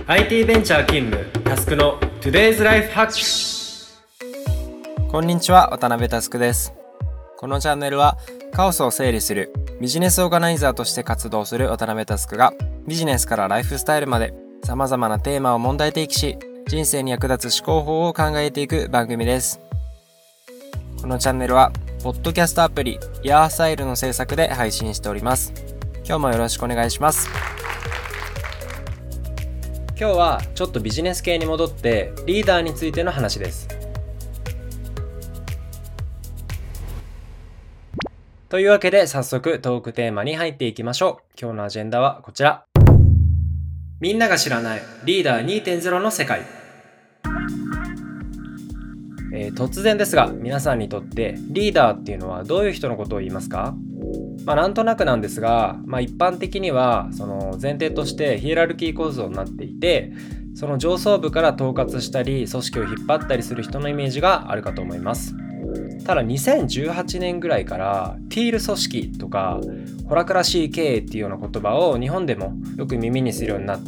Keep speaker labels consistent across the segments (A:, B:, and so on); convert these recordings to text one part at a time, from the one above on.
A: IT ベンチャー勤務タスクの Today's Life Hack。
B: こんにちは、渡辺タスクです。このチャンネルはカオスを整理するビジネスオーガナイザーとして活動する渡辺タスクがビジネスからライフスタイルまで様々なテーマを問題提起し、人生に役立つ思考法を考えていく番組です。このチャンネルはポッドキャストアプリヤーサイルの制作で配信しております。今日もよろしくお願いします。
A: 今日はちょっとビジネス系に戻ってリーダーについての話です。というわけで早速トークテーマに入っていきましょう。今日のアジェンダはこちら。みんなが知らないリーダー 2.0 の世界。突然ですが皆さんにとってリーダーっていうのはどういう人のことを言いますか？なんとなくなんですが、一般的にはその前提としてヒエラルキー構造になっていて、その上層部から統括したり組織を引っ張ったりする人のイメージがあるかと思います。ただ2018年ぐらいからティール組織とかホラクラシー経営っていうような言葉を日本でもよく耳にするようになって、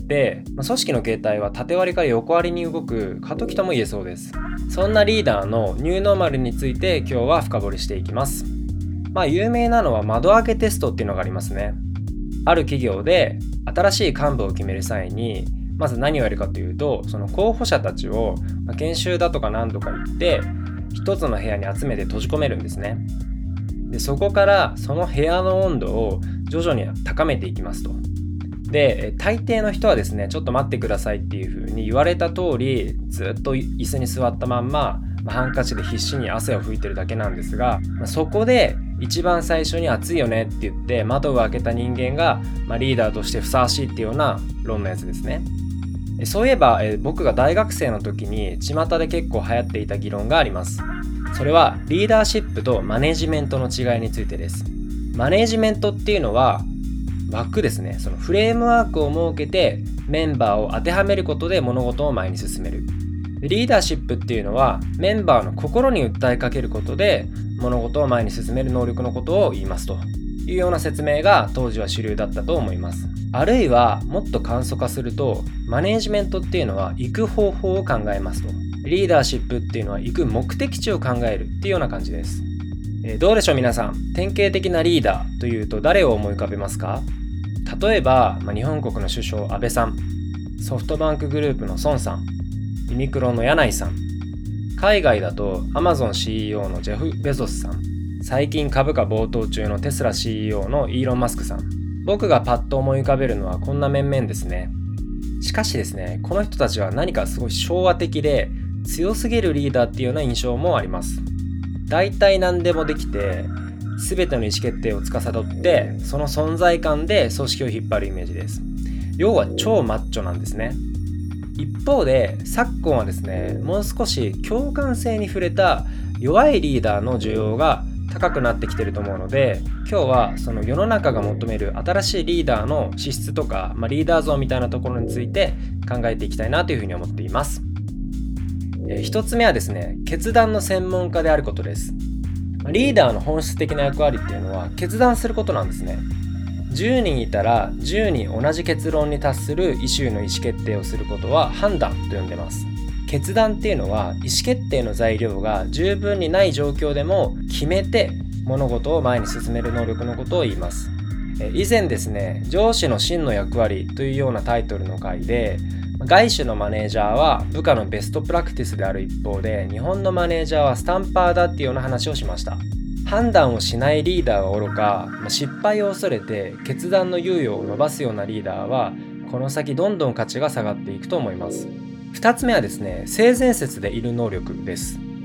A: 組織の形態は縦割りから横割りに動く過渡期とも言えそうです。そんなリーダーのニューノーマルについて今日は深掘りしていきます。有名なのは窓開けテストっていうのがありますね。ある企業で新しい幹部を決める際にまず何をやるかというと、その候補者たちを研修だとか何度か行って一つの部屋に集めて閉じ込めるんですね。でそこからその部屋の温度を徐々に高めていきますと。で大抵の人はですね、ちょっと待ってくださいっていう風に言われた通りずっと椅子に座ったまんま、ハンカチで必死に汗を拭いてるだけなんですが、そこで一番最初に暑いよねって言って窓を開けた人間が、リーダーとしてふさわしいっていうような論のやつですね。そういえば僕が大学生の時に巷で結構流行っていた議論があります。それはリーダーシップとマネジメントの違いについてです。マネジメントっていうのは枠ですね。そのフレームワークを設けてメンバーを当てはめることで物事を前に進める。リーダーシップっていうのはメンバーの心に訴えかけることで物事を前に進める能力のことを言いますというような説明が当時は主流だったと思います。あるいはもっと簡素化すると、マネージメントっていうのは行く方法を考えますと、リーダーシップっていうのは行く目的地を考えるっていうような感じです。どうでしょう皆さん、典型的なリーダーというと誰を思い浮かべますか？例えば、日本国の首相安倍さん、ソフトバンクグループの孫さん、ユニクロの柳井さん、海外だとアマゾン CEO のジェフ・ベゾスさん、最近株価暴騰中のテスラ CEO のイーロン・マスクさん。僕がパッと思い浮かべるのはこんな面々ですね。しかしですね、この人たちは何かすごい昭和的で強すぎるリーダーっていうような印象もあります。大体何でもできて全ての意思決定を司ってその存在感で組織を引っ張るイメージです。要は超マッチョなんですね。一方で昨今はですね、もう少し共感性に触れた弱いリーダーの需要が高くなってきてると思うので、今日はその世の中が求める新しいリーダーの資質とか、リーダー像みたいなところについて考えていきたいなというふうに思っています。一つ目はですね、決断の専門家であることです。リーダーの本質的な役割っていうのは決断することなんですね。10人いたら10人同じ結論に達するイシューの意思決定をすることは判断と呼んでます。決断っていうのは意思決定の材料が十分にない状況でも決めて物事を前に進める能力のことを言います。以前ですね、上司の真の役割というようなタイトルの回で、外資のマネージャーは部下のベストプラクティスである一方で、日本のマネージャーはスタンパーだっていうような話をしました。判断をしないリーダーは愚か、失敗を恐れて決断の猶予を伸ばすようなリーダーはこの先どんどん価値が下がっていくと思います。2つ目はですね、性善説でいる能力です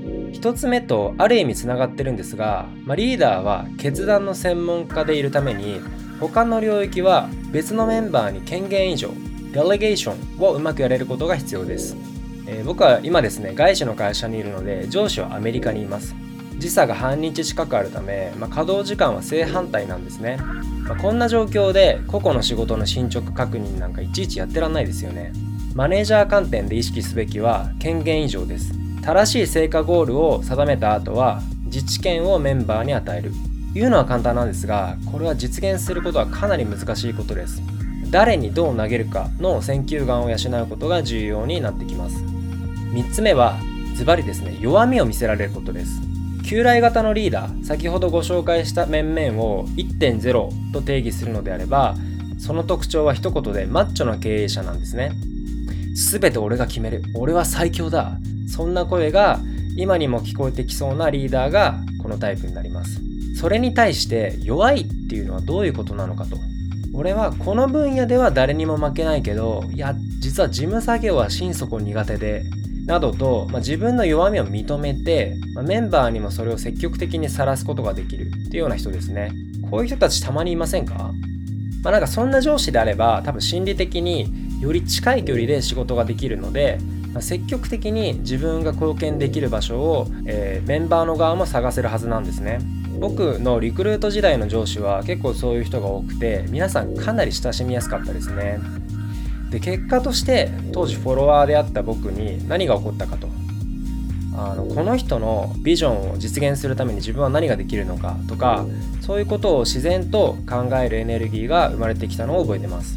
A: 。1つ目とある意味つながってるんですが、リーダーは決断の専門家でいるために他の領域は別のメンバーに権限移譲、デレゲーションをうまくやれることが必要です。僕は今ですね、外資の会社にいるので上司はアメリカにいます。時差が半日近くあるため、稼働時間は正反対なんですね。こんな状況で個々の仕事の進捗確認なんかいちいちやってらんないですよね。マネージャー観点で意識すべきは権限移譲です。正しい成果ゴールを定めた後は自治権をメンバーに与える。言うのは簡単なんですが、これは実現することはかなり難しいことです。 誰にどう投げるかの選球眼を養うことが重要になってきます。3つ目はズバリですね、弱みを見せられることです。旧来型のリーダー、先ほどご紹介した面々を 1.0 と定義するのであれば、その特徴は一言でマッチョな経営者なんですね。すべて俺が決める、俺は最強だ、そんな声が今にも聞こえてきそうなリーダーがこのタイプになります。それに対して弱いっていうのはどういうことなのかと。俺はこの分野では誰にも負けないけど、いや実は事務作業は心底苦手でなどと、自分の弱みを認めて、メンバーにもそれを積極的にさらすことができるっていうような人ですね。こういう人たちたまにいませんか？なんかそんな上司であれば多分心理的により近い距離で仕事ができるので、積極的に自分が貢献できる場所を、メンバーの側も探せるはずなんですね。僕のリクルート時代の上司は結構そういう人が多くて、皆さんかなり親しみやすかったですね。で、結果として当時フォロワーであった僕に何が起こったかと、この人のビジョンを実現するために自分は何ができるのかとか、そういうことを自然と考えるエネルギーが生まれてきたのを覚えてます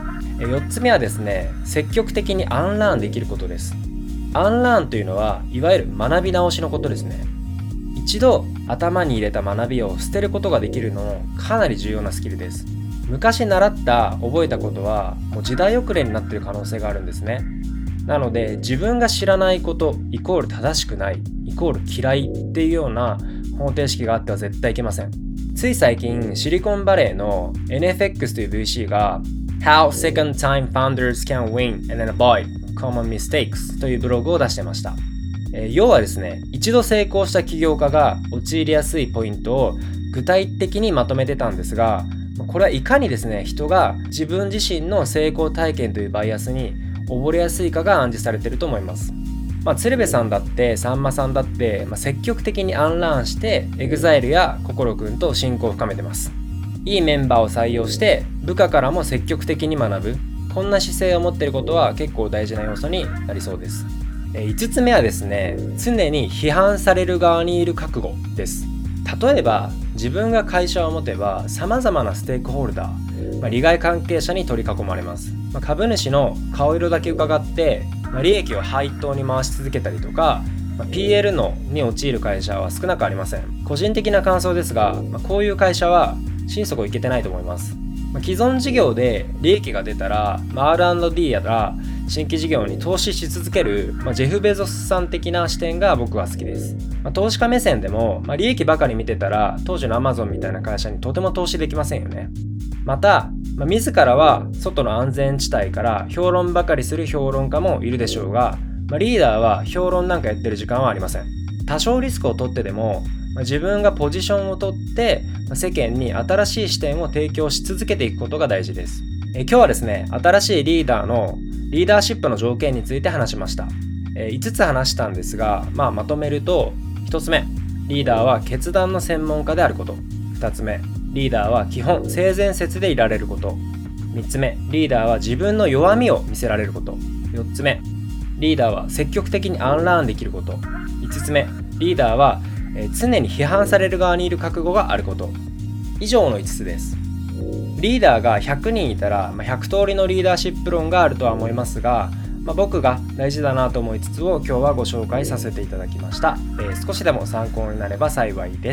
A: 。4つ目はですね、積極的にアンラーンできることです。アンラーンというのはいわゆる学び直しのことですね。一度頭に入れた学びを捨てることができるのもかなり重要なスキルです。昔習った覚えたことはもう時代遅れになっている可能性があるんですね。なので自分が知らないことイコール正しくないイコール嫌いっていうような方程式があっては絶対いけません。つい最近シリコンバレーの NFX という VC が How Second Time Founders Can Win and Avoid Common Mistakes というブログを出してました。要はですね、一度成功した起業家が陥りやすいポイントを具体的にまとめてたんですが、これはいかにですね、人が自分自身の成功体験というバイアスに溺れやすいかが暗示されていると思います。鶴瓶さんだってさんまさんだって、積極的にアンラーンして EXILE や心くんと親交を深めてます。いいメンバーを採用して部下からも積極的に学ぶ、こんな姿勢を持っていることは結構大事な要素になりそうです。5つ目はですね、常に批判される側にいる覚悟です。例えば自分が会社を持てば様々なステークホルダー、利害関係者に取り囲まれます。株主の顔色だけ伺って、利益を配当に回し続けたりとか、PL に陥る会社は少なくありません。個人的な感想ですが、こういう会社は心底いけてないと思います。既存事業で利益が出たら、R&D やら新規事業に投資し続ける、ジェフ・ベゾスさん的な視点が僕は好きです。投資家目線でも、利益ばかり見てたら当時の Amazon みたいな会社にとても投資できませんよね。また、自らは外の安全地帯から評論ばかりする評論家もいるでしょうが、リーダーは評論なんかやってる時間はありません。多少リスクを取ってでも自分がポジションを取って世間に新しい視点を提供し続けていくことが大事です。今日はですね、新しいリーダーのリーダーシップの条件について話しました。5つ話したんですが、まとめると、1つ目、リーダーは決断の専門家であること。2つ目、リーダーは基本性善説でいられること。3つ目、リーダーは自分の弱みを見せられること。4つ目、リーダーは積極的にアンラーンできること。5つ目、リーダーは常に批判される側にいる覚悟があること。以上の5つです。リーダーが100人いたら、100通りのリーダーシップ論があるとは思いますが、僕が大事だなと思いつつを今日はご紹介させていただきました。少しでも参考になれば幸いです。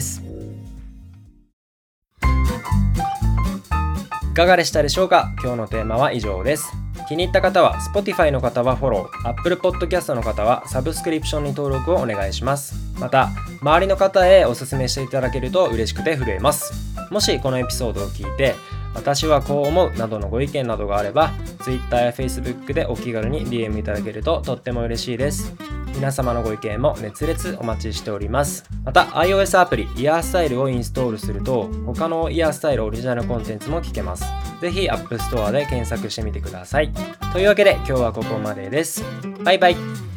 A: いかがでしたでしょうか。今日のテーマは以上です。気に入った方は Spotify の方はフォロー、Apple Podcast の方はサブスクリプションに登録をお願いします。また周りの方へお勧めしていただけると嬉しくて震えます。もしこのエピソードを聞いて私はこう思うなどのご意見などがあれば Twitter や Facebook でお気軽に DM いただけるととっても嬉しいです。皆様のご意見も熱烈お待ちしております。また iOS アプリイヤースタイルをインストールすると他のイヤースタイルオリジナルコンテンツも聞けます。ぜひ App Store で検索してみてください。というわけで今日はここまでです。バイバイ。